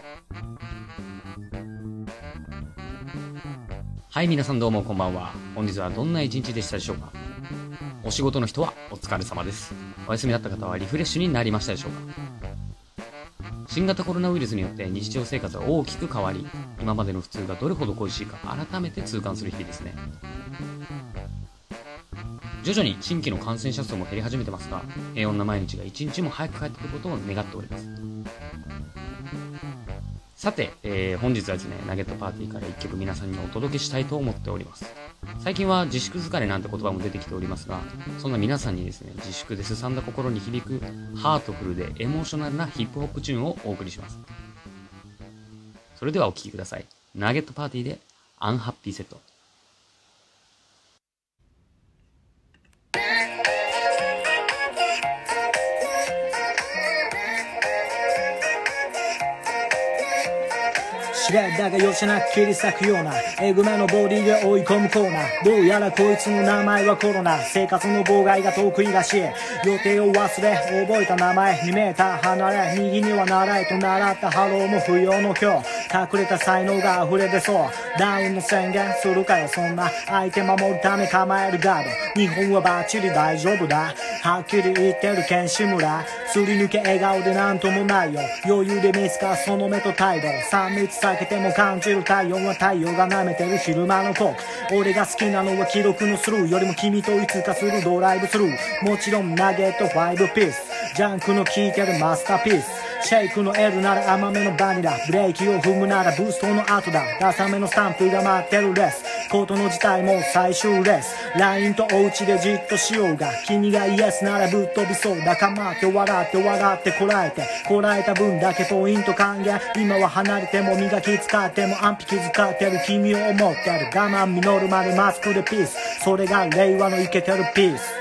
はい、皆さんどうもこんばんは。本日はどんな一日でしたでしょうか。お仕事の人はお疲れ様です。お休みだった方はリフレッシュになりましたでしょうか。新型コロナウイルスによって日常生活は大きく変わり、今までの普通がどれほど恋しいか改めて痛感する日々ですね。徐々に新規の感染者数も減り始めてますが、平穏な毎日が一日も早く帰ってくることを願っております。さて、本日はですね、ナゲットパーティーから一曲皆さんにお届けしたいと思っております。最近は自粛疲れなんて言葉も出てきておりますが、そんな皆さんにですね、自粛ですさんだ心に響くハートフルでエモーショナルなヒップホップチューンをお送りします。それではお聴きください。ナゲットパーティーでアンハッピーセット。 しれだが容赦なく切り裂くようなえぐめのボディで追い込むコーナー。どうやらこいつの名前はコロナ。生活の妨害が得意らしい。予定を忘れ覚えた名前2メーター離れ、右には習えと習ったハローも不要の今日。隠れた才能が溢れ出そう。ダウンの宣言するかよそんな。相手守るため構えるガード。日本はバッチリ大丈夫だ。はっきり言ってる剣士村。すり抜け笑顔でなんともないよ。余裕で見つかその目と態度。3密避けても感じる体温は太陽が舐めてる昼間のコーク。俺が好きなのは記録のスルーよりも君といつかするドライブスルー。もちろんナゲット5ピース。ジャンクの効いてるマスターピース。シェイクの L なら甘めのバニラ。ブレーキを踏むならブーストの後だ。ダサめのスタンプが待ってるレース。コートの事態も最終レース。LINE とお家でじっとしようが、君がイエスならぶっ飛びそうだ。構って笑って笑ってこらえて、こらえた分だけポイント還元。今は離れても磨き使っても安否気遣ってる君を思ってる。我慢実るまでマスクでピース。それが令和のイケてるピース。